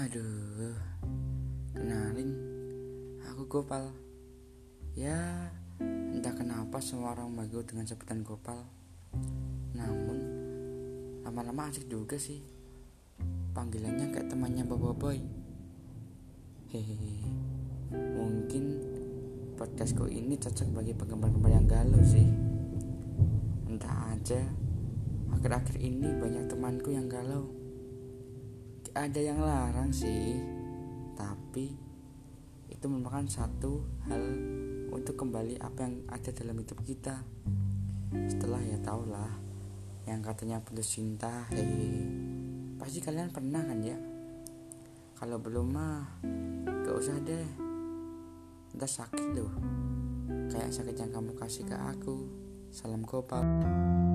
Aduh, kenalin, aku Gopal. Ya, entah kenapa semua orang memanggil dengan sebutan Gopal. Namun, lama-lama asik juga sih. Panggilannya kayak temannya Bobo Boy. Hehehe. Mungkin podcastku ini cocok bagi penggemar-penggemar yang galau sih. Entah aja, akhir-akhir ini banyak temanku yang galau. Ada yang larang sih, tapi itu merupakan satu hal untuk kembali apa yang ada dalam hidup kita. Setelah ya tau lah, yang katanya putus cinta, pasti kalian pernah kan ya? Kalau belum mah, gak usah deh. Ntar sakit loh, kayak sakit yang kamu kasih ke aku. Salam Gopal.